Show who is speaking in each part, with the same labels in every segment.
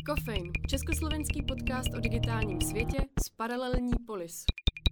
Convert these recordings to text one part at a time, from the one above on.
Speaker 1: Kofein, československý podcast o digitálním světě z Paralelní polis.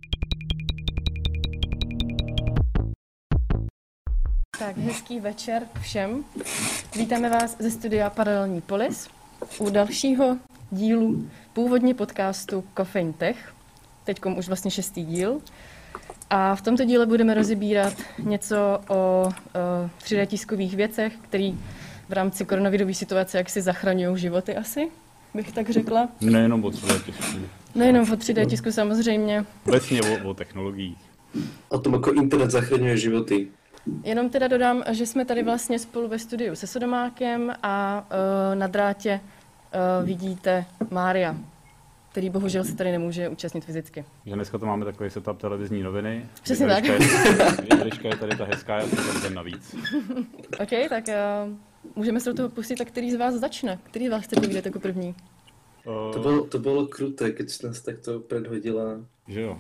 Speaker 1: Tak, hezký večer všem. Vítáme vás ze studia Paralelní polis u dalšího dílu původně podcastu Kofein Tech. Teďkom už vlastně 6. díl. A v tomto díle budeme rozebírat něco o 3D tiskových věcech, které v rámci koronavirové situace jaksi zachraňují životy asi, bych tak řekla.
Speaker 2: Nejenom o 3D tisku.
Speaker 1: Nejenom o 3D tisku samozřejmě.
Speaker 2: Obecně o technologiích.
Speaker 3: O tom, jako internet zachraňuje životy.
Speaker 1: Jenom teda dodám, že jsme tady vlastně spolu ve studiu se Sodomákem a na drátě vidíte Mária, který bohužel se tady nemůže účastnit fyzicky.
Speaker 2: Že dneska to máme takový setup televizní noviny.
Speaker 1: Přesně tak.
Speaker 2: Jedliška je tady ta hezká, já to tady navíc.
Speaker 1: OK, tak můžeme se do toho pustit, tak který z vás začne? Který z vás chcete vidět jako první?
Speaker 3: To bylo kruté, keď jsi nás takto předhodila.
Speaker 2: Že jo.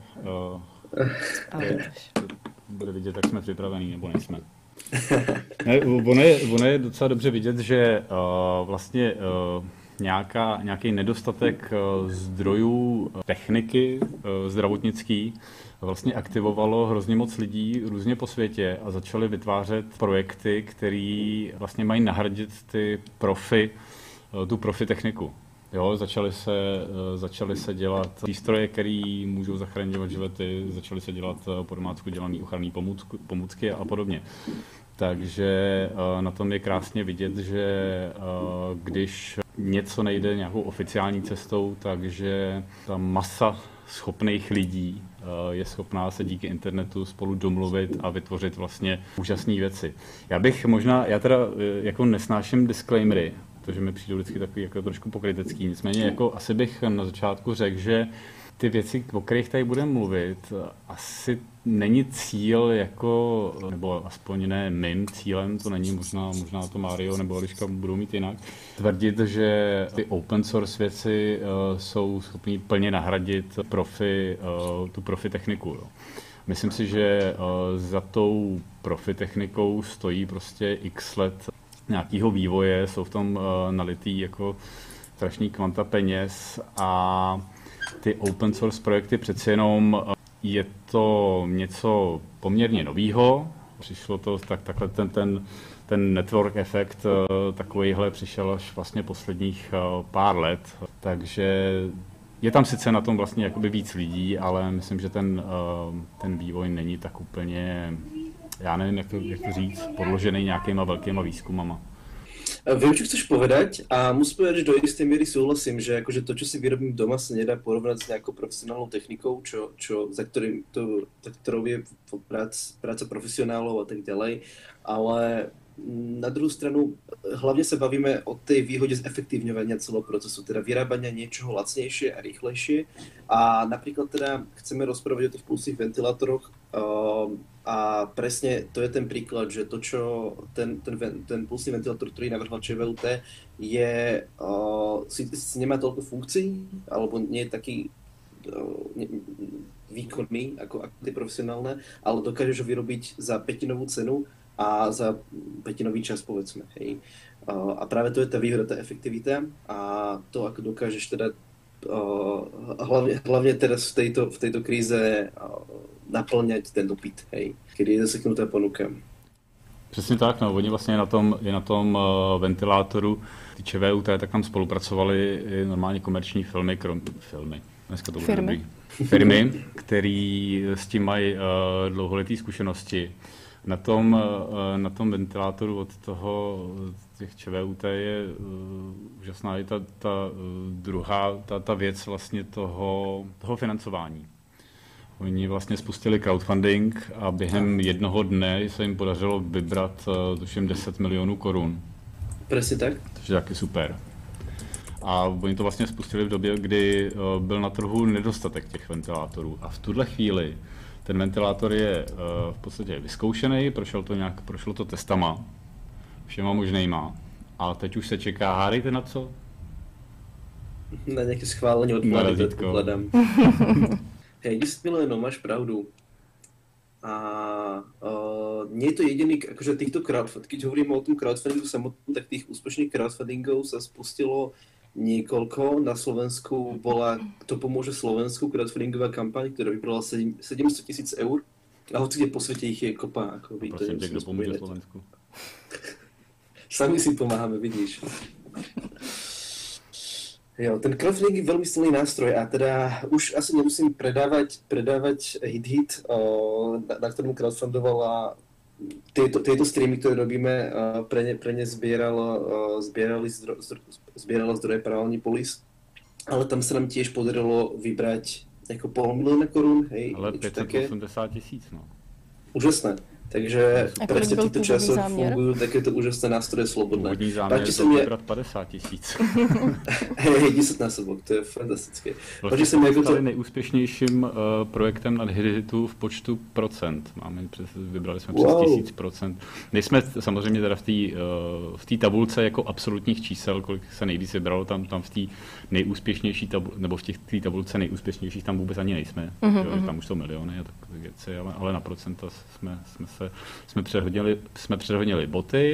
Speaker 2: Bude vidět, jak jsme připravení, nebo nejsme. Ne, ono je docela dobře vidět, že vlastně nějaký nedostatek zdrojů techniky zdravotnický vlastně aktivovalo hrozně moc lidí různě po světě a začali vytvářet projekty, které vlastně mají nahradit tu profi techniku. Jo, začaly se dělat přístroje, které můžou zachraňovat životy, začaly se dělat po domácku dělané ochranné pomůcky a podobně. Takže na tom je krásně vidět, že když něco nejde nějakou oficiální cestou, takže ta masa schopných lidí je schopná se díky internetu spolu domluvit a vytvořit vlastně úžasné věci. Já teda jako nesnáším disclaimery, protože mi přijde vždycky takový jako trošku pokrytecký. Nicméně jako asi bych na začátku řekl, že ty věci, o kterých tady budeme mluvit, asi není cíl jako, nebo aspoň ne mým cílem, to není možná to Mario nebo Eliška budou mít jinak, tvrdit, že ty open source věci jsou schopný plně nahradit tu profi techniku. Jo. Myslím si, že za tou profi technikou stojí prostě x let nějakého vývoje, jsou v tom nalitý jako strašný kvanta peněz a ty open source projekty přeci jenom je to něco poměrně novýho. Přišlo to takhle ten network efekt takovýhle přišel až vlastně posledních pár let. Takže je tam sice na tom vlastně jakoby víc lidí, ale myslím, že ten vývoj není tak úplně, já nevím, jak to říct, podložený nějakýma velkýma výzkumama.
Speaker 3: Viem, čo chceš povedať a musím povedať, že do istej miery súhlasím, že akože to, čo si vyrobím doma, sa nedá porovnať s nejakou profesionálnou technikou, za ktorou je práca profesionálov a tak ďalej, ale na druhú stranu hlavne sa bavíme o tej výhode zefektívňovania celého procesu, teda vyrábania niečoho lacnejšie a rýchlejšie a napríklad teda chceme rozprávať o tých pulsných ventilátoroch a presne to je ten príklad, že to, čo ten pulsný ventilátor, ktorý navrhla ČVUT, si nemá toľko funkcií, alebo nie je taký výkonný ako tie profesionálne, ale dokážeš ho vyrobiť za pätinovú cenu a za pätinový čas, povedzme. Hej. A práve to je tá výhoda, tá efektivita a to, ako dokážeš teda hlavne teraz v tejto kríze naplňať ten dopyt, hej, kedy je zaseknutá ponuka.
Speaker 2: Přesně tak, no, oni vlastně na tom ventilátoru, ty ČVUT, tak tam spolupracovali i normálně komerční firmy, dneska to bude dobrý, firmy, který s tím mají dlouholetý zkušenosti. Na tom ventilátoru od těch ČVUT je úžasná i ta věc vlastně toho financování. Oni vlastně spustili crowdfunding a během jednoho dne se jim podařilo vybrat tuším 10 milionů korun.
Speaker 3: Přesně tak.
Speaker 2: Takže taky super. A oni to vlastně spustili v době, kdy byl na trhu nedostatek těch ventilátorů. A v tuhle chvíli ten ventilátor je v podstatě vyzkoušený, prošlo to testama, všema možnejma. A teď už se čeká, hádejte na co?
Speaker 3: Na nějaké schválení od vlády, předpokládám. Hej, 10 miliónov, máš pravdu. A nie je to jediný, akože týchto keď hovoríme o tom crowdfundingu samotnom, tak tých úspešných crowdfundingov sa spustilo niekoľko. Na Slovensku bola To pomôže Slovensku crowdfundingová kampaň, ktorá vybrala 700 000 eur. A hoci kde po svete ich je kopa. Ako vy,
Speaker 2: Prosím tě, kdo pomůže Slovensku?
Speaker 3: Sami si pomáhame, vidíš. Jo, ten crowdfunding je veľmi silný nástroj a teda už asi nemusím predávať hit, na ktorom crowdfundovala tieto streamy, ktoré robíme, pre ne zbierala zdroje Paralelní polis, ale tam sa nám tiež podarilo vybrať ako 500 000 korún, hej.
Speaker 2: Ale 580 000, no.
Speaker 3: Úžasné. Takže presne v týchto časoch fungujú takéto úžasné nástroje slobodné.
Speaker 2: Původní záměr je to vybrat 50 000.
Speaker 3: Hej, 10násobok, to je fantastické.
Speaker 2: Vlastně jsme se stali nejúspěšnějším projektem na Hitu v počtu procent. Vybrali jsme přes 1000%. Nejsme samozřejmě teda v té tabulce jako absolutních čísel, kolik se nejvíc vybralo, tam v té nejúspěšnější nebo v té tabulce nejúspěšnějších tam vůbec ani nejsme. Tam už jsou miliony a takové věci, ale na procenta jsme přehodili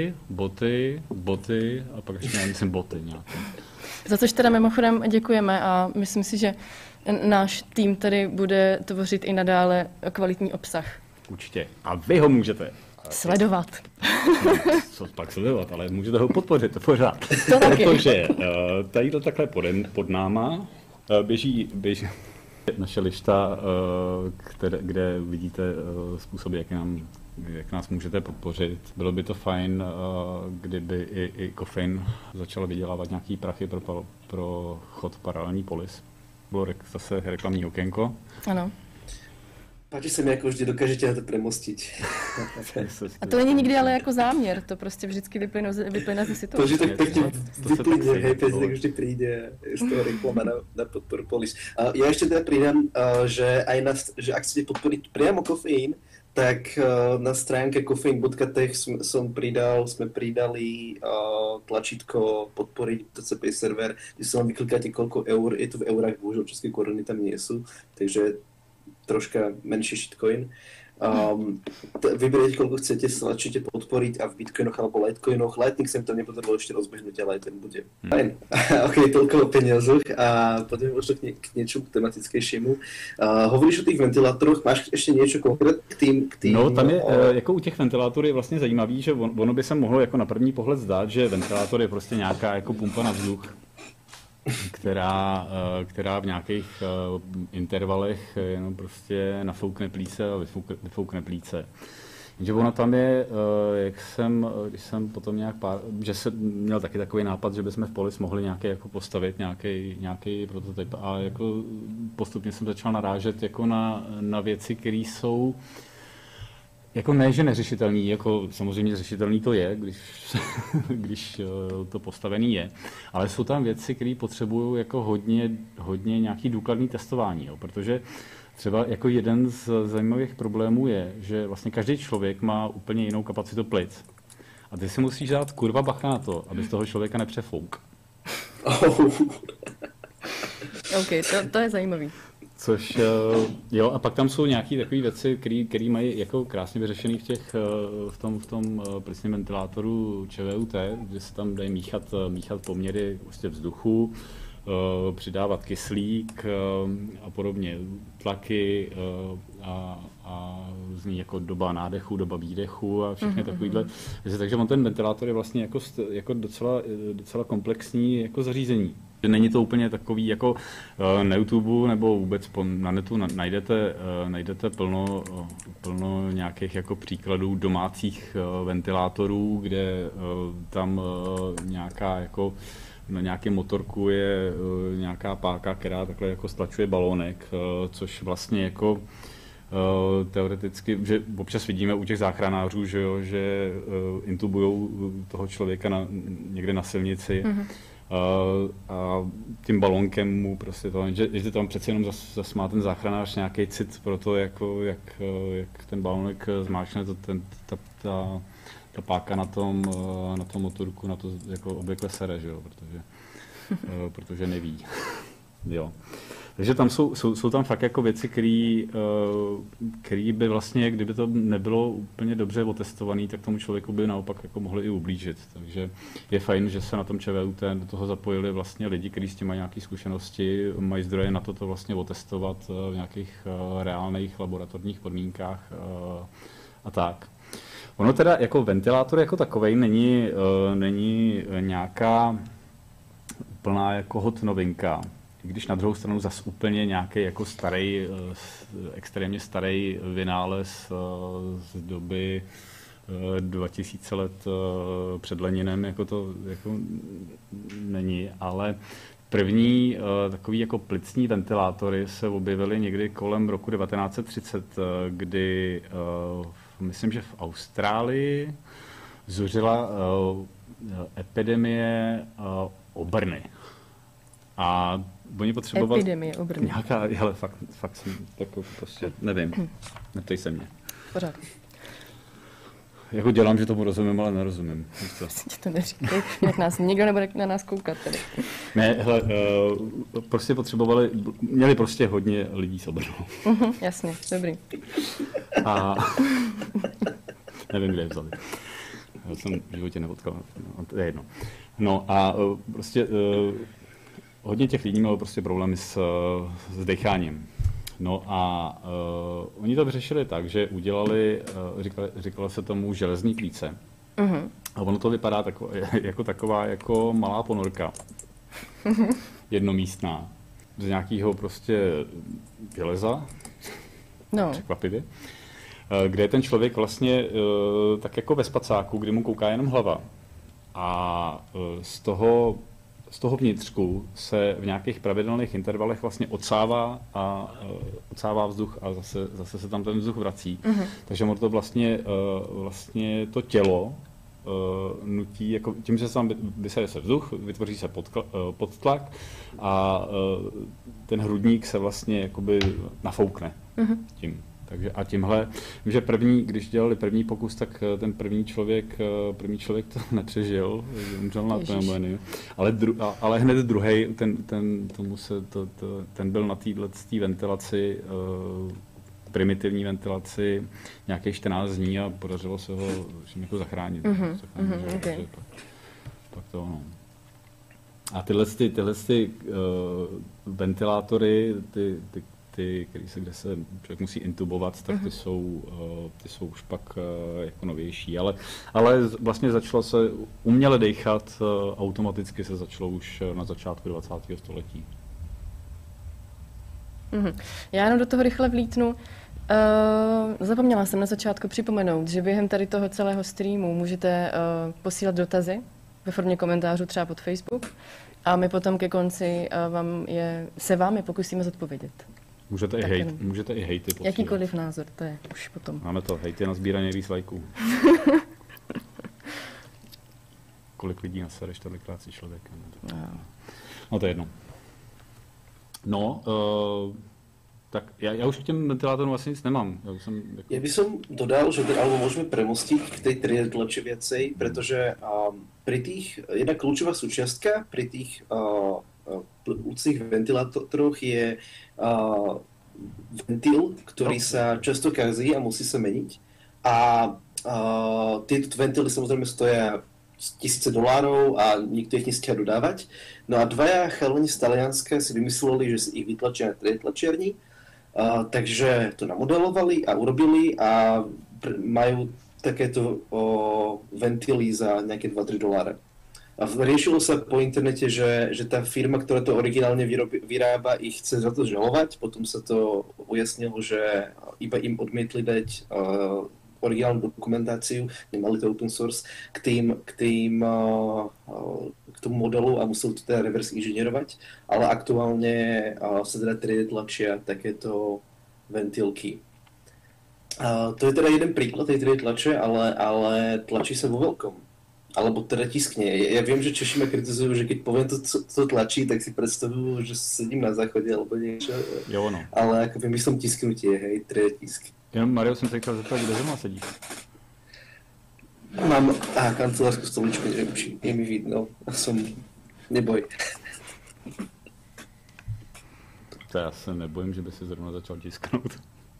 Speaker 2: boty a pak ještě myslím boty nějaké.
Speaker 1: Za což teda mimochodem děkujeme a myslím si, že náš tým tady bude tvořit i nadále kvalitní obsah.
Speaker 2: Určitě. A vy ho můžete
Speaker 1: sledovat.
Speaker 2: Co pak sledovat, ale můžete ho podpořit pořád.
Speaker 1: To taky.
Speaker 2: Protože tady to takhle pod náma běží naše lišta, kde vidíte způsoby, jak nás můžete podpořit. Bylo by to fajn, kdyby i Kofein začal vydělávat nějaký prachy pro chod Paralelní polis. Bylo zase reklamní okénko.
Speaker 1: Ano.
Speaker 3: Páči se mi, jako vždy dokážete na to premostiť.
Speaker 1: A to není nikdy ale jako záměr, to prostě vždycky vyplyne ze situace.
Speaker 3: To, že tak pekne vyplyne, hej, tak vždy príde z toho reklama na podporu polis. Ja ešte teda pridám, že ak chcete podporiť priamo Kofein, tak na stránke kofein.tech sme pridali tlačítko podporiť TCP server, kde sa len vyklikáte koľko eur, je to v eurách, bohužiaľ české koruny tam nie sú, takže troška menší shitcoin. Vyberiete, koľko chcete, tlačíte podporiť a v bitcoinoch alebo litecoinoch. Lightning som tam nepotreboval ešte rozbehnúť, ale aj ten bude. Fajn. Ok, toľko o peniazoch a poďme možno k niečomu tematickejšiemu. Hovoríš o tých ventilátoroch, máš ešte niečo konkrétne k tým?
Speaker 2: No, tam je, jako u těch ventilátorů je vlastně zajímavý, že ono by se mohlo jako na první pohled zdát, že ventilátor je prostě nějaká jako pumpa na vzduch, která v nějakých intervalech jenom prostě nafoukne plíce a vyfoukne plíce. Jenže ono tam je, když jsem potom že jsem měl taky takový nápad, že bychom v Polis mohli jako postavit nějaký prototyp a jako postupně jsem začal narážet jako na věci, které jsou jako ne, že neřešitelný, jako samozřejmě řešitelný to je, když to postavený je, ale jsou tam věci, které potřebují jako hodně nějaký důkladný testování, jo, protože třeba jako jeden z zajímavých problémů je, že vlastně každý člověk má úplně jinou kapacitu plic. A ty si musíš dát kurva bacha na to, aby z toho člověka nepřefouk.
Speaker 1: OK, to je zajímavý.
Speaker 2: Což, jo, a pak tam jsou nějaké takové věci, které mají jako krásně vyřešený v tom plicním ventilátoru ČVUT, kde se tam dají míchat poměry vlastně vzduchu, přidávat kyslík a podobně, tlaky a různý jako doba nádechu, doba výdechu a všechny takovýhle. Takže on ten ventilátor je vlastně jako docela komplexní jako zařízení. Není to úplně takový, jako na YouTube nebo vůbec na netu najdete plno nějakých jako příkladů domácích ventilátorů, kde tam na nějakém motorku je nějaká páka, která takhle jako stlačuje balónek, což vlastně jako teoreticky, že občas vidíme u těch záchranářů, že intubujou toho člověka někde na silnici. A tím balónkem mu prostě to, že tam přece jenom zase má ten záchranář nějaký cit pro to, jako, jak ten balónek zmáčkne ta páka na tom motorku, na to jako obvykle sere, že jo, protože neví. Jo. Takže tam jsou tam fakt jako věci, které by vlastně, kdyby to nebylo úplně dobře otestované, tak tomu člověku by naopak jako mohli i ublížit. Takže je fajn, že se na tom ČVUT do toho zapojili vlastně lidi, kteří s tím mají nějaké zkušenosti, mají zdroje na to vlastně otestovat v nějakých reálných laboratorních podmínkách a tak. Ono teda jako ventilátor jako takovej není nějaká úplná jako hot novinka. I když na druhou stranu zas úplně nějaký jako extrémně starý vynález z doby 2000 let před Leninem, jako to jako není, ale první takový jako plicní ventilátory se objevily někdy kolem roku 1930, kdy myslím, že v Austrálii zuřila epidemie obrny. A oni potřebovali
Speaker 1: epidemie obrny.
Speaker 2: Nějaká, ale fakt jsem takový prostě, nevím, neptej se mě.
Speaker 1: Pořád.
Speaker 2: Jako dělám, že tomu rozumím, ale nerozumím.
Speaker 1: Ti to neříkej, jak nás nikdo nebude na nás koukat tady.
Speaker 2: Ne, hele, prostě měli prostě hodně lidí s obrnou.
Speaker 1: Jasně, dobrý.
Speaker 2: A nevím, kde je vzali. Já jsem v životě nepotkal, to je jedno. No a prostě hodně těch lidí mělo prostě problémy s decháním. No a oni to vyřešili tak, že udělali, říkalo se tomu železný klíce. A ono to vypadá jako taková jako malá ponorka. Jednomístná. Z nějakého prostě železa.
Speaker 1: No.
Speaker 2: Překvapivě. Kde je ten člověk vlastně tak jako ve spacáku, kdy mu kouká jenom hlava. A z toho vnitřku se v nějakých pravidelných intervalech vlastně odsává vzduch a zase se tam ten vzduch vrací. Takže ono to vlastně to tělo nutí, jako tím, že se tam vysaje se vzduch, vytvoří se podtlak a ten hrudník se vlastně jakoby nafoukne tím. Takže a tímhle, že když dělali první pokus, tak ten první člověk to nepřežil, umřel na pneumoniu, ale hned druhej, ten byl na této ventilaci, primitivní ventilaci nějakých 14 dní a podařilo se ho jako zachránit.
Speaker 1: Okay.
Speaker 2: Pak to ono. A tyhle ventilátory, kde se člověk musí intubovat, tak ty jsou už pak jako novější. Ale vlastně začalo se uměle dechat, automaticky se začalo už na začátku 20. století.
Speaker 1: Já jenom do toho rychle vlítnu. Zapomněla jsem na začátku připomenout, že během tady toho celého streamu můžete posílat dotazy ve formě komentářů třeba pod Facebook a my potom ke konci se vám je pokusíme zodpovědět.
Speaker 2: Můžete i hejty posílat.
Speaker 1: Jakýkoliv názor, to je už potom.
Speaker 2: Máme to, hejty na sbírání nejvíc lajků. Kolik lidí nasereš tolikrát si člověkem. No to je jedno. No, tak já už k těm ventilátorům vlastně nic nemám.
Speaker 3: Ja by som dodal, že alebo môžeme premostiť k tej 3D tlače viacej, pretože pri tých, jedna kľúčová súčiastka pri tých úcnych ventilátoroch je ventil, ktorý sa často kazí a musí sa meniť. A tieto ventily samozrejme stoja $1000 a nikto ich nestíha dodávať. No a dvaja chalani z Talianska si vymysleli, že si ich vytlačia na 3D tlačiarni. Takže to namodelovali a urobili a majú takéto ventily za nejaké $2-3. A riešilo sa po internete, že tá firma, ktorá to originálne vyrába, ich chce za to žalovať. Potom sa to ujasnilo, že iba im odmietli dať originálnu dokumentáciu, nemali to open source, k tomu modelu a museli to teda reverse inžinierovať, ale aktuálne sa teda 3D tlačia takéto ventilky. To je teda jeden príklad tej 3D tlače, ale tlačí sa vo veľkom. Alebo teda tiskne. Ja viem, že Češi ma kritizujú, že keď poviem to tlačí, tak si predstavujú, že sedím na záchode alebo niečo.
Speaker 2: Jo, no.
Speaker 3: Ale ako vymyslím tisknutie, hej, 3D tisk.
Speaker 2: Jenom Mario jsem se chtěl zeptat, kde zrovna sedíš?
Speaker 3: Mám kancelářskou stoličku, neviem, či je mi vidno. Neboj.
Speaker 2: To já se nebojím, že by si zrovna začal tisknout.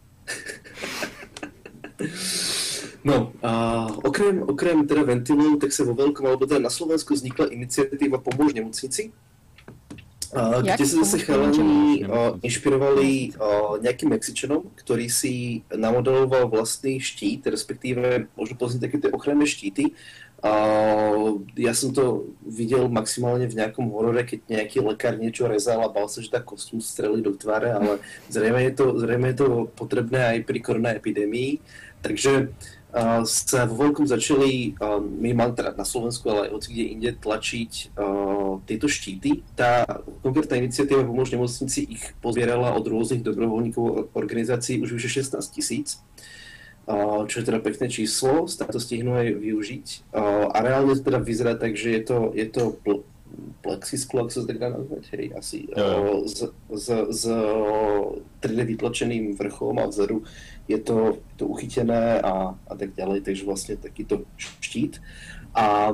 Speaker 3: No, a okrem teda ventilů, tak se vo veľkom, alebo teda na Slovensku vznikla iniciatíva Pomôž nemocnici, kde sa zase chalani inšpirovali nejakým Mexičanom, ktorý si namodeloval vlastný štít, respektíve možno pozrieť také tie ochranné štíty. Ja som to videl maximálne v nejakom horore, keď nejaký lekár niečo rezal a bal sa, že tá kostým strelí do tváre, ale zrejme je to potrebné aj pri koronaepidémii. Takže sa vo veľkom začali, minimálne teda na Slovensku, ale aj hoci kde inde, tlačiť tieto štíty. Tá konkrétna iniciatíva Pomôž nemocnici ich pozbierala od rôznych dobrovoľníkov organizácií už vyše 16 000, čo je teda pekné číslo, stále to stihnú aj využiť. A reálne to teda vyzerá tak, že je to plexisklo, ak sa to tak dá nazvať, hej, asi s 3D vytlačeným vrchom a vzoru je to uchytené a tak ďalej, takže vlastne takýto štít. A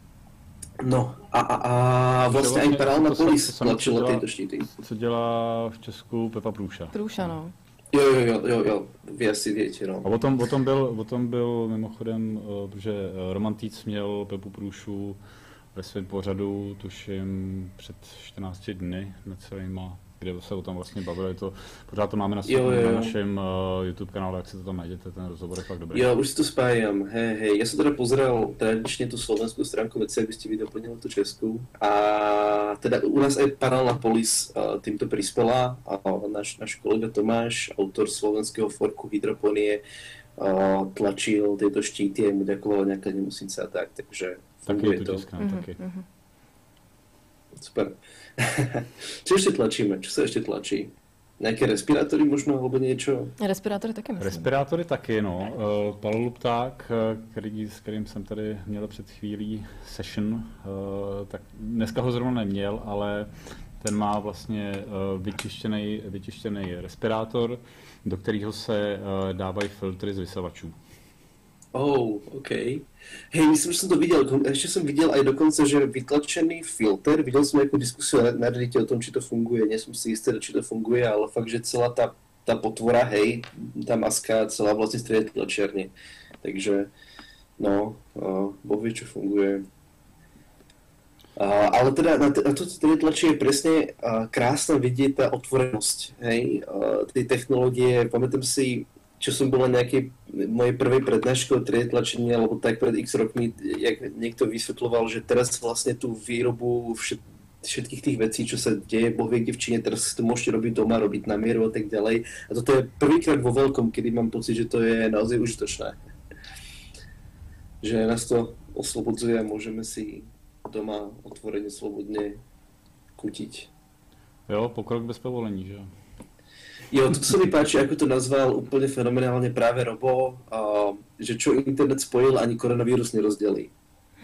Speaker 3: vlastně aj Paralelná polis tlačila tyto štíty.
Speaker 2: Co dělá v Česku Pepa Průša.
Speaker 1: Průša, no.
Speaker 3: Jo, vy asi větě, no.
Speaker 2: A o tom byl mimochodem, protože Roman Týc měl Pepu Průšu ve svém pořadu, tuším před 14 dny, necelýma, kde se o tom vlastně bavili. Pořád to máme na našem YouTube kanále, jak si to tam najdete, ten rozhovor je fakt dobrý.
Speaker 3: Jo, už si to spájam, hej. Ja som teda pozeral tradične tú slovenskú stránku veci, aby ste vy doplnili tú českú. A teda u nás aj Paralelná polis týmto prispela. A náš kolega Tomáš, autor slovenského forku Hydroponie, tlačil tieto štíty a mu ďakovala nejaká nemocnica a tak, takže funguje to.
Speaker 2: Taky.
Speaker 3: Super. Čo ešte tlačíme? Čo sa ešte tlačí? Nejaké respirátory možno, alebo niečo?
Speaker 1: Respirátory taky myslím.
Speaker 2: Respirátory taky, no. Pavel Lupták, s kterým jsem tady měl před chvílí session, tak dneska ho zrovna neměl, ale ten má vlastně vyčištěný respirátor, do kterého se dávají filtry z vysavačů.
Speaker 3: Oh, OK. Hej, myslím, že som to videl. Ešte som videl aj dokonca, že vytlačený filter. Videl som nejakú diskusiu na Reddite o tom, či to funguje. Nie som si istý, či to funguje, ale fakt, že celá tá potvora, hej, tá maska, celá vlastne striedá tlačiarne. Takže, no, Boh vie, čo funguje. Ale teda na to tlačí je presne krásna vidieť tá otvorenosť, hej, tej technológie. Pamätám si, čo som bol na nejakej mojej prvej prednáške o 3D tlačení, alebo tak pred x rokmi, jak niekto vysvetľoval, že teraz vlastne tú výrobu všetkých tých vecí, čo sa deje, Boh vie kde v Číne, teraz si to môžete robiť doma, robiť na mieru a tak ďalej. A toto je prvýkrát vo veľkom, kedy mám pocit, že to je naozaj užitočné. Že nás to oslobodzuje a môžeme si doma otvorene, slobodne kutiť.
Speaker 2: Jo, pokrok bez povolení, že jo?
Speaker 3: Jo, to sa mi páči, ako to nazval úplne fenomenálne práve Robo, že čo internet spojil, ani koronavírus nerozdelí.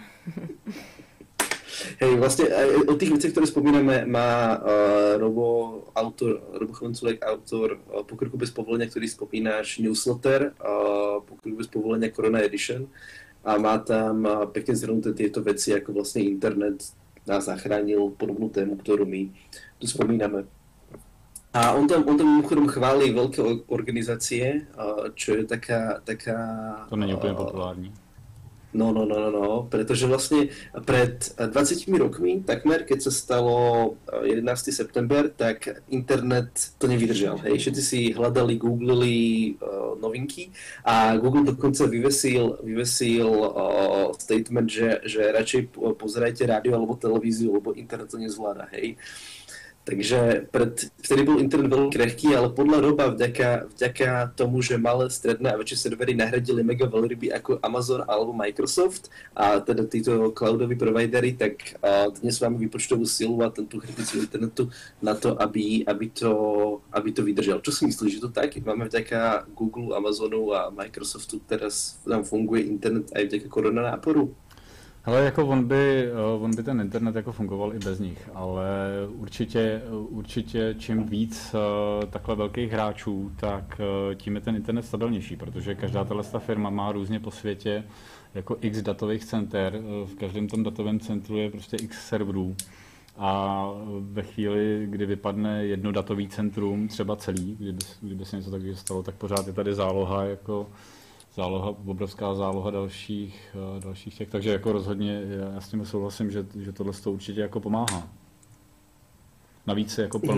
Speaker 3: Hej, vlastne o tých veciach, ktoré spomíname, má Robo Chvenculek, autor Pokroku bez povolenia, ktorý spomínáš, newsletter, Pokrok bez povolenia Corona Edition, a má tam pekne zhrnuté tieto veci, ako vlastne internet nás zachránil, podobnú tému, ktorú my tu spomíname. A on tam mimochodom chválí veľké organizácie, čo je taká...
Speaker 2: To není úplne populární.
Speaker 3: No, pretože vlastne pred 20 rokmi, takmer, keď sa stalo 11. september, tak internet to nevydržal. Hej. Všetci si hľadali, googlili novinky a Google dokonca vyvesil statement, že radšej pozerajte rádio alebo televíziu, lebo internet to nezvláda. Hej. Takže vtedy bol internet veľmi krehký, ale podľa Roba vďaka tomu, že malé, stredné a väčšie servery nahradili mega veľryby ako Amazon alebo Microsoft a teda títo cloudoví providery, tak dnes máme výpočtovú silu a tú kriticu internetu na to, aby to vydržal. Čo si myslíš, že to tak? Máme vďaka Google, Amazonu a Microsoftu teraz nám funguje internet aj vďaka koronanáporu?
Speaker 2: Ale jako on by ten internet jako fungoval i bez nich, ale určitě čím víc takhle velkých hráčů, tak tím je ten internet stabilnější, protože každá tato firma má různě po světě jako x datových center, v každém tom datovém centru je prostě x serverů a ve chvíli, kdy vypadne jedno datový centrum, třeba celý, kdyby se něco takového stalo, tak pořád je tady záloha, obrovská záloha dalších těch, takže jako rozhodně já s tím souhlasím, že tohle to určitě jako pomáhá. Navíc je jako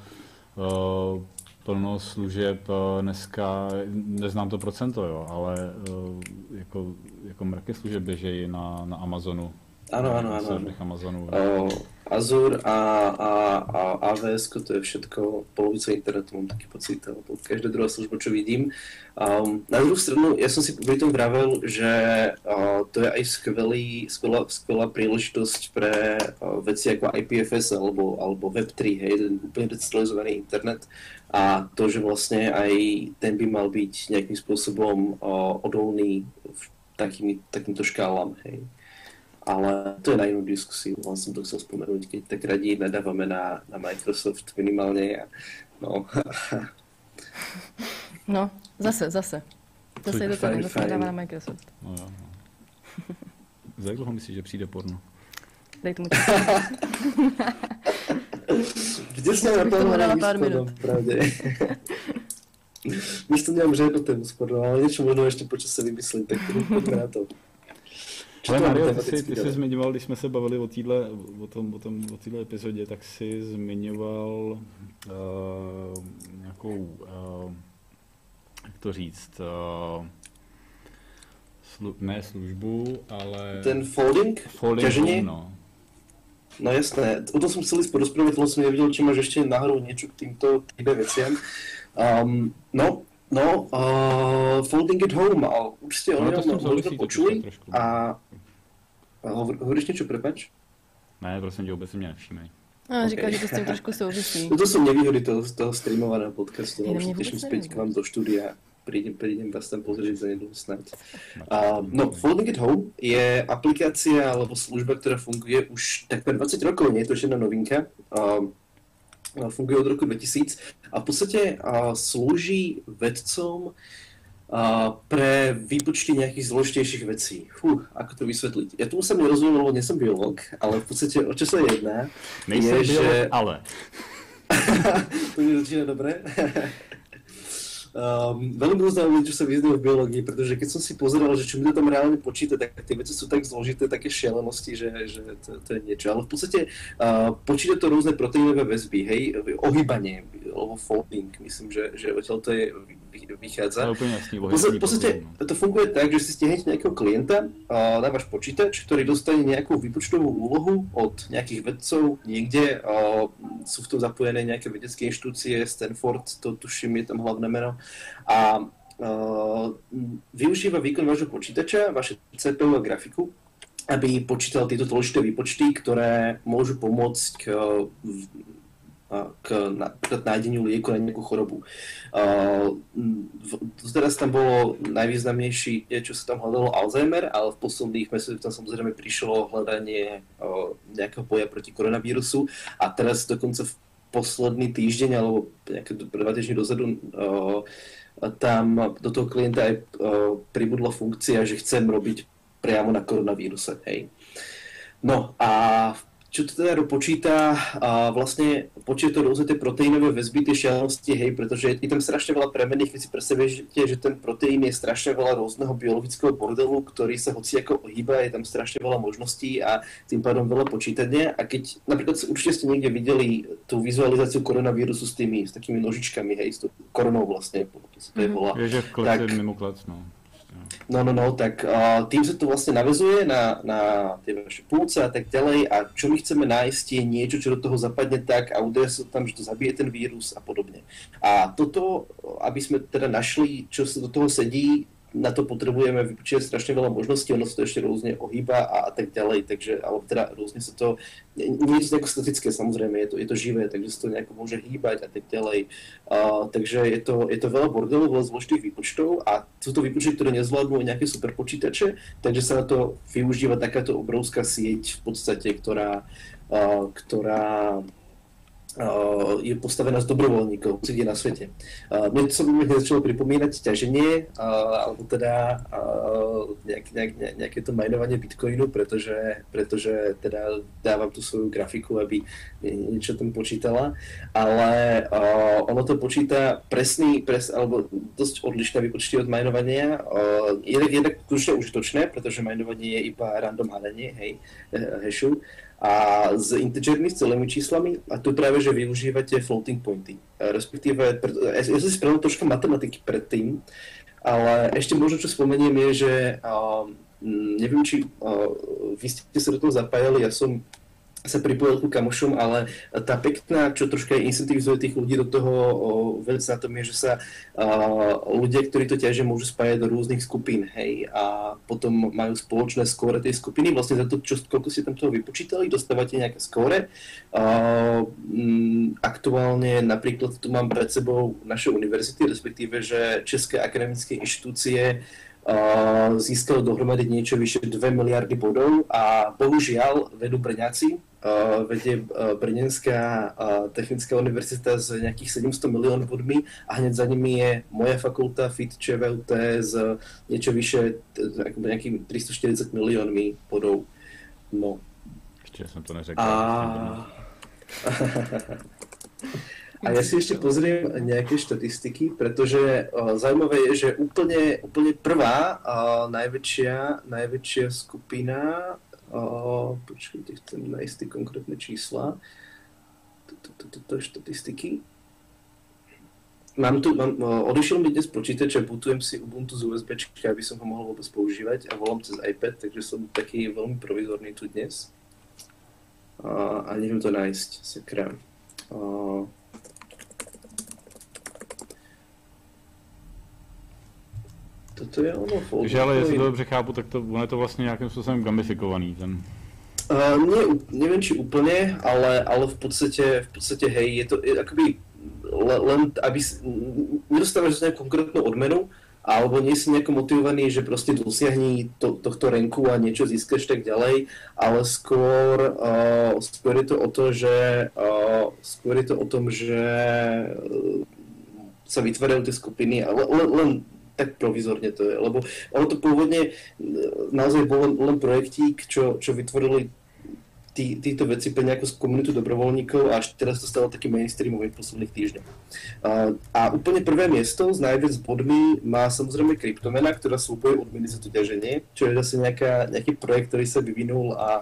Speaker 2: plno služeb dneska, neznám to procento, jo, ale jako mraky služeb běžejí na Amazonu.
Speaker 3: Ano.
Speaker 2: Amazonu.
Speaker 3: Azure a AWS, to je všetko, polovica internetu mám taký pocit, alebo každá druhá služba, čo vidím. Na druhou stranu, ja som si pri tom vravel, že to je aj skvelá príležitosť pre veci ako IPFS alebo Web3, hej, ten úplne decentralizovaný internet a to, že vlastne aj ten by mal byť nejakým spôsobom odolný takýmto škálám, hej. Ale to je na inú diskusiu, len som to chcel spomenúť, keď tak radí nadávame na Microsoft minimálne.
Speaker 1: No, zase. Zase je to tak, zase nadává na Microsoft.
Speaker 2: No. Za jak dlouho myslíš, že přijde porno?
Speaker 1: Dej tomu
Speaker 3: Kde jsi měl naplánovaný
Speaker 1: pár minut.
Speaker 3: Pravdě. Místo nemám žádnou tému spornou, ale niečo možno ešte počas se vymyslím, tak poďme na to.
Speaker 2: Ale Mario, ty jsi zmiňoval, když jsme se bavili o téhle epizodě, tak jsi zmiňoval nějakou, jak to říct, ne službu, ale...
Speaker 3: Ten folding ťaženie? No jasné, o tom som chcel ísť porozprávať, lebo som nevidel, či máš ešte náhodou niečo k týmto veciam. Folding at home, ale určite o ňom možno počuli a hovoríš niečo, prepáč?
Speaker 2: Ne, prosím tě, vůbec si mě nevšímej.
Speaker 1: Říkal, že to s tím trošku souvisí.
Speaker 3: No to sú nevýhody toho streamovaného podcastu, už teším späť k vám do štúdia. Prídem vás tam pozrieť za nedlho snáď. Folding at Home je aplikácia alebo služba, ktorá funguje už takmer 20 rokov, nie je to žiadna novinka. Funguje od roku 2000 a v podstate slúži vedcom pre výpočty nejakých zložitejších vecí. Ako to vysvetliť? Ja tomu sa nerozumiem, lebo nie som biológ, ale v podstate o čo sa jedná?
Speaker 2: Nejsem biológ, ale.
Speaker 3: To mi začína dobre. Veľmi uznám, čo sa vyznajú v biológii, pretože keď som si pozeral, že čo mi to tam reálne počíta, tak tie veci sú tak zložité, také šialenosti, že to je niečo. Ale v podstate počíta to rôzne proteínové väzby, hej, ohýbanie, alebo folding, myslím, že odtiaľ to je vychádza. V podstate to funguje tak, že si stiahnete nejakého klienta na váš počítač, ktorý dostane nejakú výpočtovú úlohu od nejakých vedcov niekde. Sú v tom zapojené nejaké vedecké inštitúcie, Stanford, to tuším, je tam hlavné meno. A využíva výkon vášho počítača, vaše CPU a grafiku, aby počítal tieto dôležité výpočty, ktoré môžu pomôcť k nájdeniu lieku na nejakú chorobu. Teraz tam bolo najvýznamnejší, čo sa tam hľadalo Alzheimer, ale v posledných mesiacoch tam samozrejme prišlo hľadanie nejakého boja proti koronavírusu a teraz dokonca v posledný týždeň alebo nejaké 2 týždne dozadu tam do toho klienta aj pribudla funkcia, že chcem robiť priamo na koronavíruse. Hej. No a čo to teda počíta? Vlastne počíta to rôzne tie proteínové väzby, tie šialenosti, hej, pretože je tam strašne veľa premenných, keď si predstavíte, že ten proteín je strašne veľa rôzneho biologického bordelu, ktorý sa hociako ohýba, je tam strašne veľa možností a tým pádom veľa počítania. A keď napríklad určite ste niekde videli tú vizualizáciu koronavírusu s takými nožičkami, hej, s tou koronou vlastne, to je volá.
Speaker 2: Je, že v kleci mimo klec, no.
Speaker 3: Tak tým sa to vlastne navezuje na tie vaše púce a tak ďalej a čo my chceme nájsť je niečo, čo do toho zapadne tak a udaje sa tam, že to zabije ten vírus a podobne. A toto, aby sme teda našli, čo sa do toho sedí, na to potrebujeme vypočítať strašne veľa možností, ono sa to ešte rôzne ohýba a tak ďalej, takže, alebo teda rôzne sa to, nie je to nejako statické, samozrejme, je to živé, takže sa to nejako môže hýbať a tak ďalej. Takže je to veľa bordelu, veľa zložitých výpočtov a sú to výpočty, ktoré nezvládnu nejaké super počítače, takže sa na to využíva takáto obrovská sieť v podstate, ktorá je postavená z dobrovoľníkov, kde na svete. Mne to sa by začalo pripomínať ťaženie, alebo teda nejaké to minovanie bitcoinu, pretože teda dávam tú svoju grafiku, aby niečo tam počítala, ale ono to počíta alebo dosť odlišné výpočty od minovania. Jednak kľúčne užitočné, pretože minovanie je iba random hádanie, hashu, a s integermi, s celými číslami, a tu práve, že využívate floating pointy. Respektíve, ja som si spravil trošku matematiky predtým, ale ešte možno, čo spomeniem, je, že neviem, či vy ste sa do toho zapájali, ja som sa pripojil ku kamošom, ale tá pekná, čo troška incentivizuje tých ľudí do toho vec na tom je, že sa ľudia, ktorí to ťažia, môžu spájať do rôznych skupín, hej, a potom majú spoločné skóre tej skupiny, vlastne za to, koľko ste tam toho vypočítali, dostávate nejaké skóre. Aktuálne napríklad tu mám pred sebou naše univerzity, respektíve, že České akademické inštitúcie získali dohromady niečo vyše 2 miliardy bodov a bohužiaľ vedú Brňáci, vedie Brněnská technická univerzita s nejakých 700 miliónov bodmi a hneď za nimi je moja fakulta FIT ČVUT s niečo vyše nejakým 340 miliónmi bodov. No.
Speaker 2: Ešte som to neřekl.
Speaker 3: A ja si ešte pozriem nejaké štatistiky, pretože zaujímavé je, že úplne prvá najväčšia skupina, počkajte, chcem nájsť tie konkrétne čísla, štatistiky. Odišiel mi dnes počítač a bootujem si Ubuntu z USBčka, aby som ho mohol vôbec používať a volám cez iPad, takže som taký veľmi provizorný tu dnes. A neviem to nájsť, sakra. Toto je ono.
Speaker 2: Takže ale jestli to dobře chápu, tak ono je to vlastně nějakým způsobem gamifikovaný ten.
Speaker 3: Neviem, či úplne, ale v podstate hej, je to akoby len, aby nedostávaš nejakú konkrétnu odmenu, alebo nie si nejako motivovaný, že proste dosiahni tohto ranku a niečo získaš tak ďalej, ale skôr je to o tom, že sa vytvárajú tie skupiny a len tak provizorne to je, lebo ono to pôvodne naozaj bol len projektík, čo vytvorili títo veci pre nejakú komunitu dobrovoľníkov a až teraz to stalo taký mainstreamový v posledných týždňoch. A úplne prvé miesto s najviac bodmi má samozrejme kryptomena, ktorá slúbuje odmeny za to ťaženie, čo je zase nejaký projekt, ktorý sa vyvinul a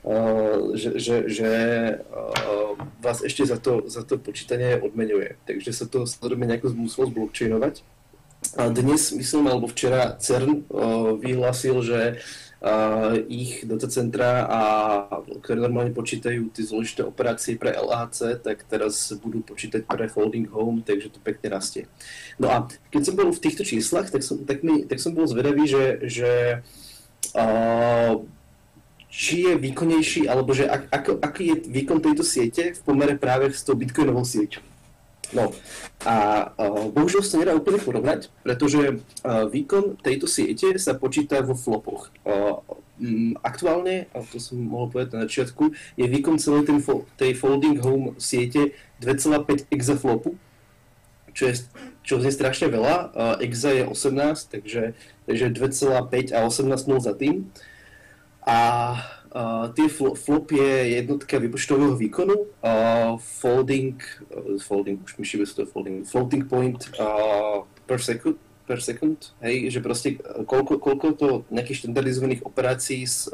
Speaker 3: že vás ešte za to počítanie odmenuje. Takže sa to samozrejme nejako muselo zblockchainovať. A dnes, myslím, alebo včera CERN vyhlásil, že ich datacentra, ktoré normálne počítajú tie zložité operácie pre LHC, tak teraz budú počítať pre Folding Home, takže to pekne rastie. No a keď som bol v týchto číslach, tak som bol zvedavý, že či je výkonnejší, alebo že aký je výkon tejto siete v pomere práve s tou bitcoinovou sieťou. No a bohužiaľ sa nedá úplne porovnať, pretože výkon tejto siete sa počíta vo flopoch. Aktuálne, a to som mohol povedať na začiatku, je výkon celej tej Folding Home siete 2,5 exaflopu, čo je strašne veľa. Exa je 18, takže 2,5 a 18 nul za tým. A flop je jednotka výpočtového výkonu, floating point per second, hej, že proste koľko to nejakých štandardizovaných operácií s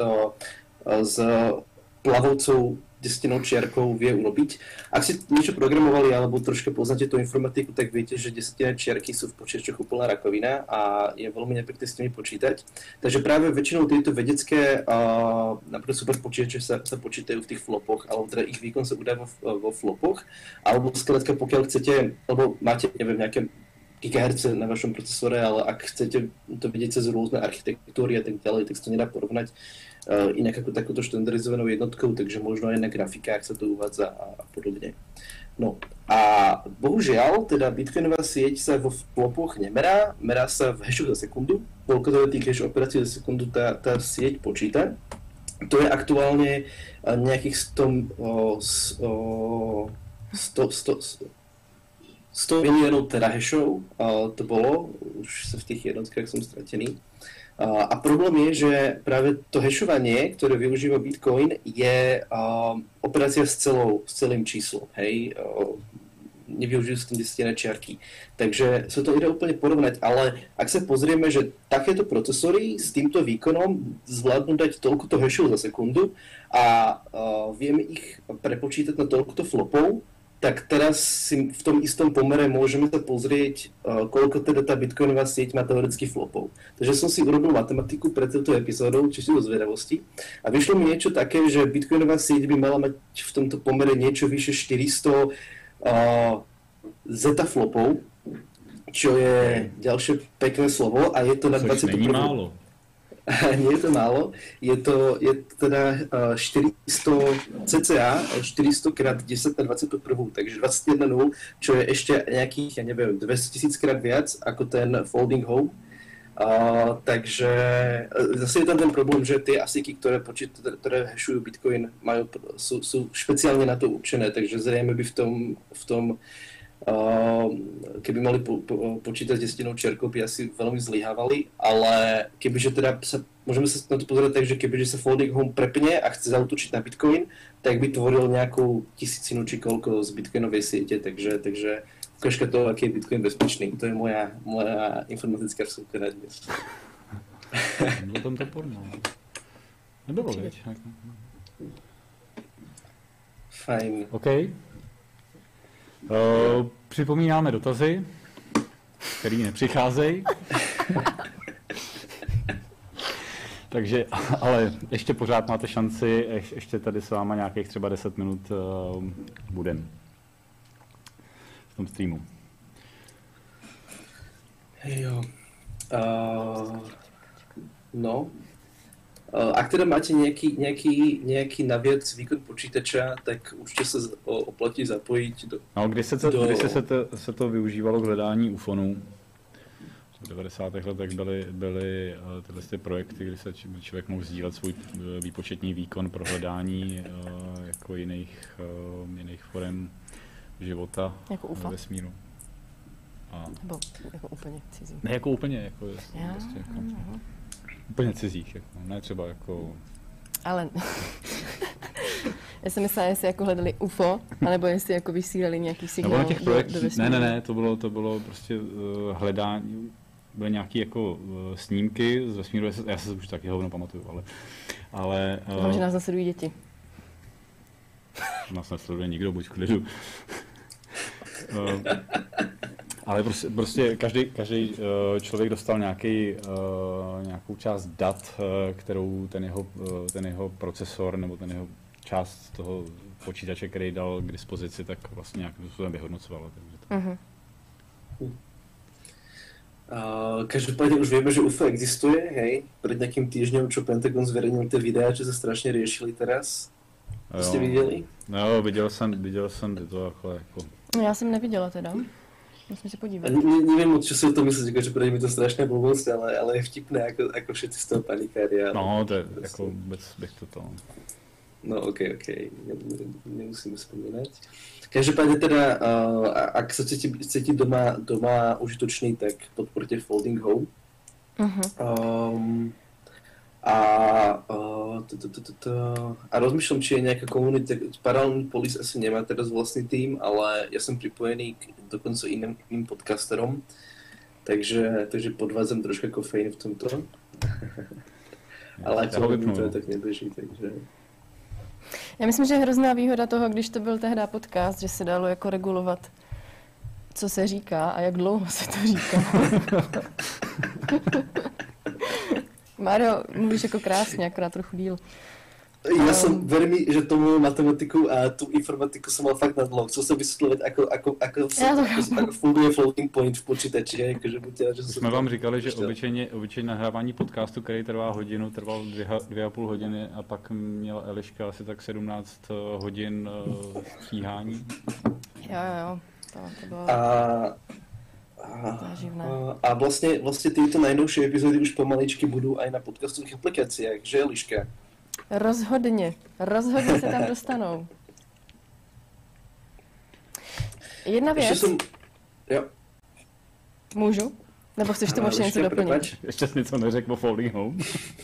Speaker 3: plavovcou desetinou čiarkou vie urobiť. Ak ste niečo programovali alebo troška poznáte tú informatiku, tak viete, že desetinné čiarky sú v počítačoch úplná rakovina a je veľmi nepekné s nimi počítať. Takže práve väčšinou tieto vedecké napríklad super počítače sa počítajú v tých flopoch, alebo teda ich výkon sa udá vo flopoch, alebo skrátka pokiaľ chcete, alebo máte, neviem, nejaké gigaherce na vašom procesore, ale ak chcete to vidieť cez rôzne architektúry a tak ďalej, tak sa to nedá porovnať inak ako takúto štandardizovanou jednotkou, takže možno aj na grafikách sa to uvádza a podobne. No a bohužiaľ, teda bitcoinová sieť sa vo flopoch nemerá, merá sa v hashu za sekundu, koľko to je tých hash operácií za sekundu tá sieť počíta. To je aktuálne nejakých 100 100 milionů terahashov, to bylo, už se v těch jednotkách jsem ztratený. A problém je, že právě to hešovanie, ktoré využíva Bitcoin, je operácia s celým číslom, hej? Nevyužijú s tým desetinné čiarky. Takže sa to ide úplne porovnať, ale ak sa pozrieme, že takéto procesory s týmto výkonom zvládnu dať toľkoto hashov za sekundu a vieme ich prepočítať na toľkoto flopov, tak teraz si v tom istom pomere môžeme sa pozrieť, koľko teda tá bitcoinová sieť má teoreticky flopov. Takže som si urobil matematiku pre túto epizódou, čisto do zvedavosti. A vyšlo mi niečo také, že bitcoinová sieť by mala mať v tomto pomere niečo vyše 400 zeta flopov, čo je ďalšie pekné slovo a je to na 21.
Speaker 2: Není málo.
Speaker 3: Nie je to málo, je teda 400 cca, 400 krát 10 na 21, takže 21 nul, čo je ešte nejakých, ja neviem, 200 000 krát viac ako ten folding home. Takže zase je tam ten problém, že tie ASICy, ktoré hashujú Bitcoin, sú špeciálne na to určené, takže zrejme by v tom keby mali počítať desinou čiarkou, by asi veľmi zlyhávali, ale kebyže teda môžeme sa na to pozerať tak, že kebyže sa folding home prepne a chce zaútočiť na Bitcoin, tak by tvoril nejakú tisícinu či koľko z Bitcoinovej siete, takže ukážka toho, aký je Bitcoin bezpečný. To je moja informatická vsúka na dnes.
Speaker 2: Bylo tam to porno. Nebylo, viď?
Speaker 3: Fajn.
Speaker 2: OK. Připomínáme dotazy, které nepřicházejí. Takže, ale ještě pořád máte šanci, ještě tady s váma nějakých třeba 10 minut budem v tom streamu.
Speaker 3: Jo. No. Ak teda máte nejaký naviac výkon počítača, tak určitě se oplatí zapojit do...
Speaker 2: No, když se to využívalo k hledání ufonů, v 90. letech byly tyhle projekty, kdy se člověk mohl sdílet svůj výpočetní výkon pro hledání jako jiných forem života
Speaker 1: jako UFO?
Speaker 2: ve vesmíru.
Speaker 1: Nebo jako úplně cizí?
Speaker 2: Ne, jako úplně, jako, prostě, jako úplně cizích, jako, ne třeba jako...
Speaker 1: Ale já jsem myslela, jestli jako hledali UFO, anebo jestli jako vysílali nějaký signál do vesmíru.
Speaker 2: Ne, to bylo prostě hledání, byly nějaké jako snímky z vesmíru, já se už taky hovno pamatuju, ale
Speaker 1: Doufám, že nás nasledují děti.
Speaker 2: Nás nesleduje nikdo, buď v klidu. Ale prostě každý člověk dostal nějakou část dat, kterou ten jeho procesor nebo ten jeho část toho počítače, který dal k dispozici, tak vlastně nějakým způsobem vyhodnocoval.
Speaker 3: Uh-huh. Každopádně už víme, že UFO existuje, hej? Před nějakým týždňem, čo Pentagon zverejnil ty videa, čo se strašně riešili teraz. To jste viděli?
Speaker 2: No, viděl jsem to jako...
Speaker 1: No, já jsem neviděla teda. Musím si podívat.
Speaker 3: Nevím moc, čo si o tom myslíš, že pro mě to strašná blbost, ale je vtipné, jako všetci z toho panikári.
Speaker 2: No, to je jako vůbec bych to...
Speaker 3: No, OK, nemusím vzpomínať. Každopádně teda, ak sa chcete doma užitočný, tak podporte Folding Home. A rozmýšľam, či je nejaká komunita, Paralelní Polis asi nemá teraz vlastný tým, ale ja som pripojený dokonca iným podcasterom, takže podvádzam troška kofeín v tomto. Ale ak to tak neběží, takže...
Speaker 1: Já myslím, že je hrozná výhoda toho, když to byl tehdy podcast, že se dalo jako regulovat, co se říká a jak dlouho se to říká. Mário, mluvíš jako krásně, akorát trochu díl.
Speaker 3: Ja som veľmi, že tomu matematiku a tú informatiku som mal fakt na dlho. Chcel som vysvetľovať, ako funguje floating point v počítači.
Speaker 2: Jsme vám říkali, že obyčejně nahrávání podcastu, který trvá hodinu, trval 2,5 hodiny a pak měla Eliška asi tak 17 hodin stříhání.
Speaker 1: Jo. To bylo...
Speaker 3: A vlastně tyto najnovšie epizódy už pomaličky budú aj na podcastových aplikáciách, že Eliška?
Speaker 1: Rozhodně se tam dostanou. Jedna věc.
Speaker 3: Jo.
Speaker 1: Můžu? Nebo chceš tomu ještě něco doplnit?
Speaker 2: Ještě jsi něco neřekl o Falling Home.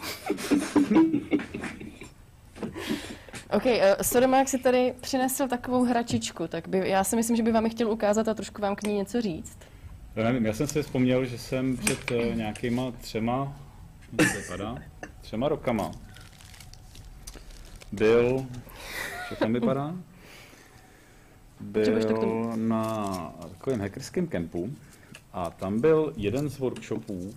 Speaker 1: OK, Sodomák si tady přinesl takovou hračičku, tak já si myslím, že by vám ji chtěl ukázat a trošku vám k ní něco říct.
Speaker 2: Já nevím, já jsem si vzpomněl, že jsem před nějakýma 3 rokama byl, co tam vypadá? Byl na takovém hackerském kempu a tam byl jeden z workshopů,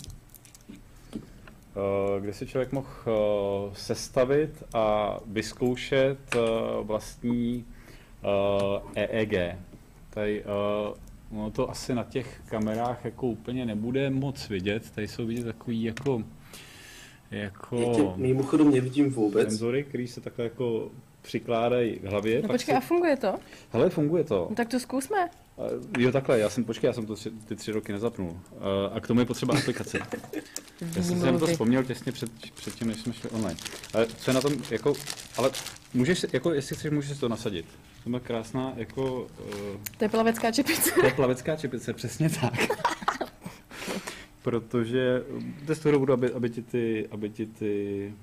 Speaker 2: kde si člověk mohl sestavit a vyzkoušet vlastní EEG. Tady, ono to asi na těch kamerách jako úplně nebude moc vidět, tady jsou vidět takový jako
Speaker 3: mimochodem nevidím vůbec.
Speaker 2: Senzory, který se takhle jako přikládají k hlavě.
Speaker 1: No počkej, a funguje to?
Speaker 2: Hele, funguje to.
Speaker 1: No, tak to zkusme.
Speaker 2: Jo, takhle, já jsem to ty 3 roky nezapnul. A k tomu je potřeba aplikace. Já jsem to vzpomněl těsně předtím, než jsme šli online. Ale co je na tom, jako, ale můžeš, jako, jestli chceš, můžeš to nasadit. To je krásná, jako...
Speaker 1: To je plavecká čepice.
Speaker 2: To je plavecká čepice, přesně tak. Protože z toho důvodu, aby ti ty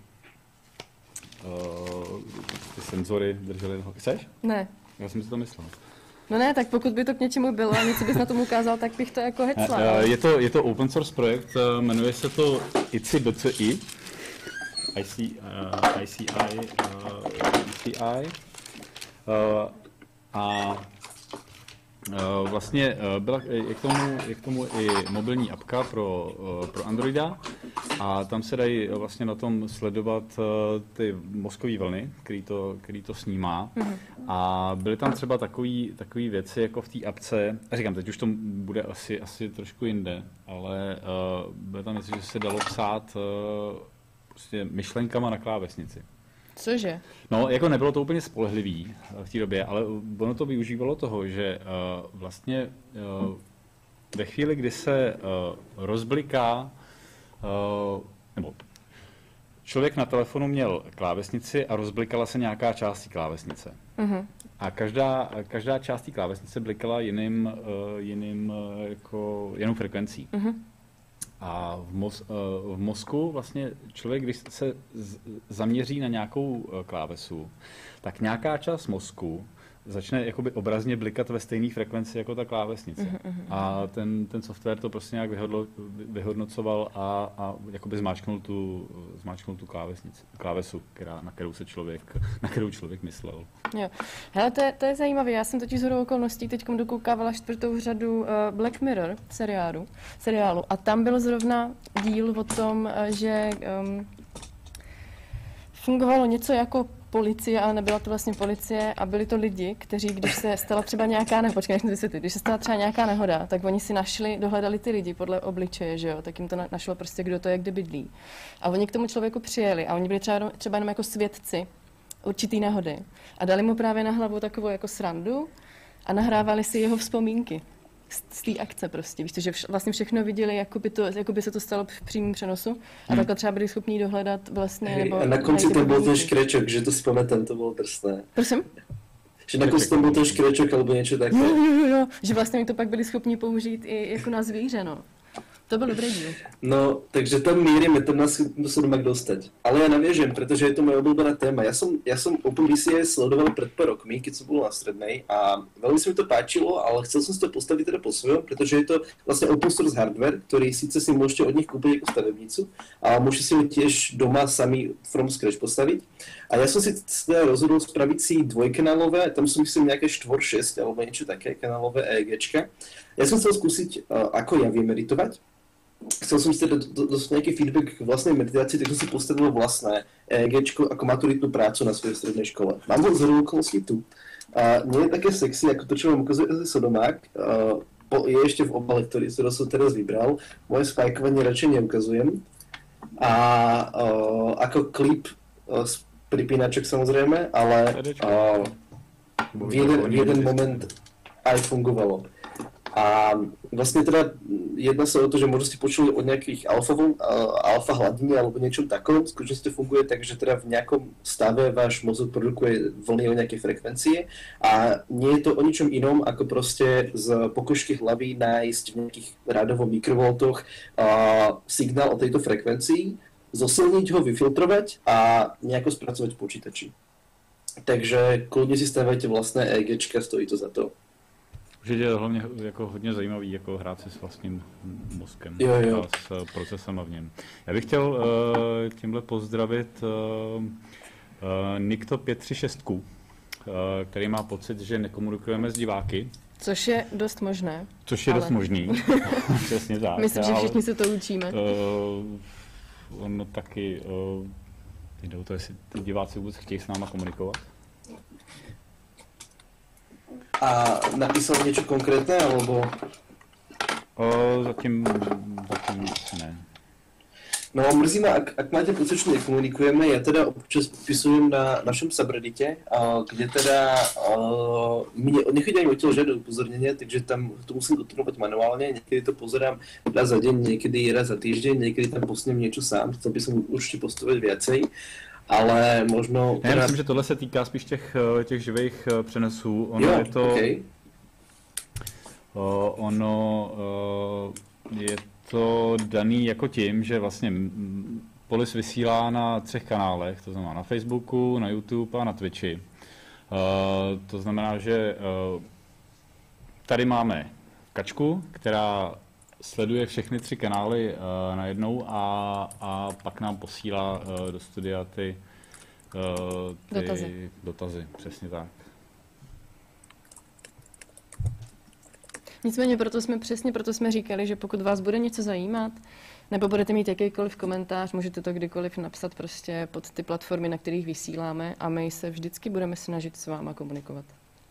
Speaker 2: senzory držely. Chceš?
Speaker 1: Ne.
Speaker 2: Já jsem si to myslel.
Speaker 1: No ne, tak pokud by to k něčemu bylo a něco bys na tom ukázal, tak bych to jako hecla.
Speaker 2: Je to open source projekt, jmenuje se to ICI, a vlastně je k tomu i mobilní apka pro Androida a tam se dají vlastně na tom sledovat ty mozkové vlny, který to snímá. Mm-hmm. A byly tam třeba takové věci jako v té apce, a říkám, teď už to bude asi trošku jinde, ale byly tam věci, že se dalo psát prostě myšlenkama na klávesnici.
Speaker 1: Cože?
Speaker 2: No, jako nebylo to úplně spolehlivý v té době, ale ono to využívalo toho, že vlastně ve chvíli, kdy se rozbliká, nebo člověk na telefonu měl klávesnici a rozblikala se nějaká část té klávesnice. Uh-huh. A každá část té klávesnice blikala jinou frekvencí. Uh-huh. A v mozku vlastně člověk, když se zaměří na nějakou klávesu, tak nějaká část mozku začne jakoby obrazně blikat ve stejné frekvenci jako ta klávesnice. A ten software to prostě nějak vyhodnocoval a jakoby zmáčknul tu klávesu, na kterou člověk myslel.
Speaker 1: Jo. Hele, to je zajímavé. Já jsem totiž shodou okolností teďkom dokoukávala 4. řadu Black Mirror seriálu a tam byl zrovna díl o tom, že fungovalo něco jako policie, ale nebyla to vlastně policie a byli to lidi, kteří, když se stala třeba nějaká nehoda, tak oni si dohledali ty lidi podle obličeje, že jo, tak jim to našlo prostě, kdo to je, kde bydlí. A oni k tomu člověku přijeli a oni byli třeba jenom jako svědci určitý nehody a dali mu právě na hlavu takovou jako srandu a nahrávali si jeho vzpomínky z té akce prostě, víš, že vlastně všechno viděli, jako by se to stalo v přímém přenosu a takhle třeba byli schopní dohledat vlastně, nebo...
Speaker 3: A na konci tam byl ten škrečok, že to vzpamätám, to bylo drsné.
Speaker 1: Prosím?
Speaker 3: Že na konci tam byl ten škrečok, alebo něco takové.
Speaker 1: Jo, že vlastně oni to pak byli schopni použít i jako na zvíře, no. To byl dobrý díl.
Speaker 3: No, takže tam mírime, tam nás musím doma dostať. Ale ja naviažem, pretože je to moja obľúbená téma. Ja som OpenVCA sledoval pred pár rokmi, keď som bol na strednej a veľmi sa mi to páčilo, ale chcel som si to postaviť teda po svojom, pretože je to vlastne open source hardware, ktorý síce si môžete od nich kúpiť ako stavebnicu, ale môžete si ho tiež doma sami from scratch postaviť. A ja som si teda rozhodol spraviť si dvojkanálové, tam sú myslím nejaké 4-6 alebo niečo také kanálové EEGčka. Ja som chcel skúsiť, ako ja viem meditovať. Chcel som si teda dostať nejaký feedback k vlastnej meditácii, tak som si postavil vlastné EEGčko ako maturitnú prácu na svojej strednej škole. Mám ho zhodou okolností tu. Nie je také sexy, ako to, čo vám ukazuje Sodomák. Je ešte v obale, ktorý som teraz vybral. Moje spajkovanie radšej neukazujem. A ako klip z pripínačok samozrejme, ale v jeden moment aj fungovalo. A vlastne teda jedná sa o to, že možno ste počuli o nejakých alfa hladine alebo niečom takom. V skutočnosti to funguje tak, že teda v nejakom stave váš mozog produkuje vlny o nejakej frekvencie a nie je to o ničom inom, ako proste z pokožky hlavy nájsť v nejakých rádovo mikrovoltoch signál o tejto frekvencii, zosilniť ho, vyfiltrovať a nejako spracovať v počítači. Takže kľudne si stavajte vlastné EEGčka, stojí to za to.
Speaker 2: Určitě je hlavně jako hodně zajímavý jako hrát si s vlastním mozkem
Speaker 3: jo.
Speaker 2: A s procesama v něm. Já bych chtěl tímhle pozdravit Nikto 536, který má pocit, že nekomunikujeme s diváky.
Speaker 1: Což je dost možné.
Speaker 2: Což je dost možný. Přesně tak.
Speaker 1: Myslím, že všichni se to učíme.
Speaker 2: Ono taky, jde o to, jestli ty diváci vůbec chtějí s náma komunikovat.
Speaker 3: A napísal niečo konkrétne, alebo?
Speaker 2: Zatím ne.
Speaker 3: No, mrzí ma, ak máte pocit, že nekomunikujeme, ja teda občas popisujem na našom subreddite, kde teda nechodí ani odtiaľ žiadne upozornenia, takže tam to musím dotrnovať manuálne, niekedy to pozerám raz za deň, niekedy raz za týždeň, niekedy tam posnem niečo sám, chcel by som určite postavať viacej. Ale možno...
Speaker 2: Já myslím, že tohle se týká spíš těch živých přenesů. Ono je to... Okay. Je to daný jako tím, že vlastně Polis vysílá na 3 kanálech, to znamená na Facebooku, na YouTube a na Twitchi. To znamená, že tady máme Kačku, která sleduje všechny 3 kanály najednou a pak nám posílá do studia ty dotazy. Přesně tak.
Speaker 1: Nicméně proto jsme říkali, že pokud vás bude něco zajímat, nebo budete mít jakýkoliv komentář, můžete to kdykoliv napsat prostě pod ty platformy, na kterých vysíláme a my se vždycky budeme snažit s váma komunikovat.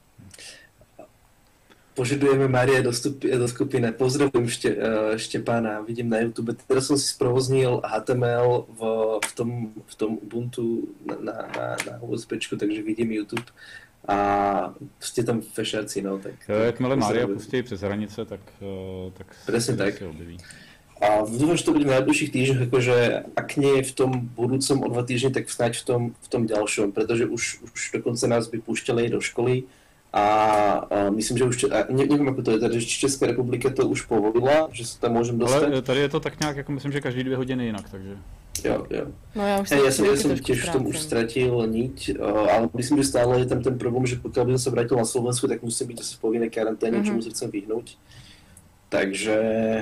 Speaker 3: Požadujeme Mária do skupiny. Pozdravím Štěpána, vidím na YouTube. Teraz som si sprovoznil HTML v tom Ubuntu na USBčku, takže vidím YouTube a ste tam fešáci, no tak...
Speaker 2: Jakmile Mária pustí přes hranice, tak
Speaker 3: presne tak.
Speaker 2: Se objeví.
Speaker 3: A dúfam, že to bude v najbližších týždňoch, akože ak nie v tom budúcom o 2 týždne, tak snáď v tom ďalšom, pretože už dokonca nás by púšťali do školy. A myslím, že už, nevím, ako to je, tady Česká republika to už povolila, že se tam můžeme dostat.
Speaker 2: Ale tady je to tak nějak, jako myslím, že každý 2 hodiny jinak, takže...
Speaker 3: Jo.
Speaker 1: No já
Speaker 3: jsem tiež v tom už ztratil niť, ale myslím, že stále je tam ten problém, že pokud by som sa vrátil na Slovensku, tak musím byť asi v povinnej karanténe, čomu sa chcem vyhnúť. Takže...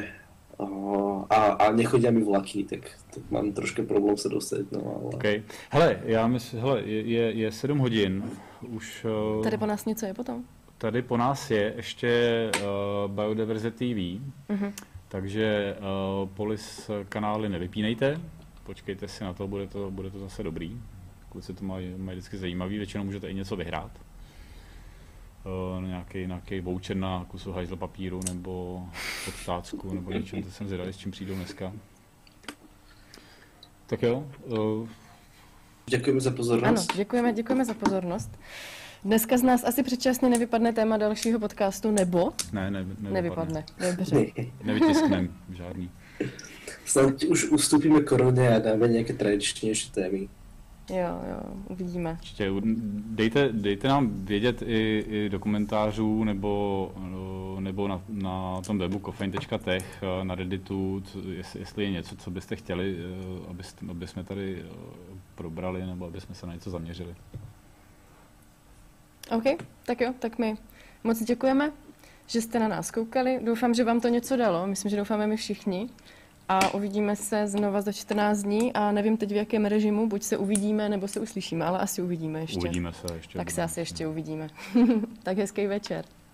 Speaker 3: A nechodia mi vlaky, tak mám trošku problém se dostat. No, ale...
Speaker 2: Okay. Hele, je 7 hodin, už...
Speaker 1: Tady po nás něco je potom?
Speaker 2: Tady po nás je ještě Biodiversity TV, takže Polis kanály nevypínejte, počkejte si na to, bude to zase dobrý. Kluci to mají vždycky zajímavý, většinou můžete i něco vyhrát. Nějaký voucher na kusu hajzl papíru nebo podtácku nebo něčem, to jsem zvědavý, s čím přijdou dneska. Tak jo.
Speaker 3: Děkujeme za pozornost.
Speaker 1: Ano, děkujeme za pozornost. Dneska z nás asi předčasně nevypadne téma dalšího podcastu, nebo? Nevypadne. Dobře.
Speaker 2: Nevytiskneme žádný.
Speaker 3: Snad už ustupíme koroně a dáme nějaké tradičnější témy.
Speaker 1: Jo, uvidíme.
Speaker 2: Určitě, dejte nám vědět i do komentářů nebo na tom webu coffein.tech, na Redditu, jestli je něco, co byste chtěli, aby jsme tady probrali nebo aby jsme se na něco zaměřili.
Speaker 1: OK, tak jo, tak my moc děkujeme, že jste na nás koukali. Doufám, že vám to něco dalo, myslím, že doufáme my všichni. A uvidíme se znova za 14 dní a nevím teď v jakém režimu, buď se uvidíme, nebo se uslyšíme, ale asi uvidíme ještě.
Speaker 2: Uvidíme se ještě.
Speaker 1: Tak se asi ještě uvidíme. Tak hezký večer.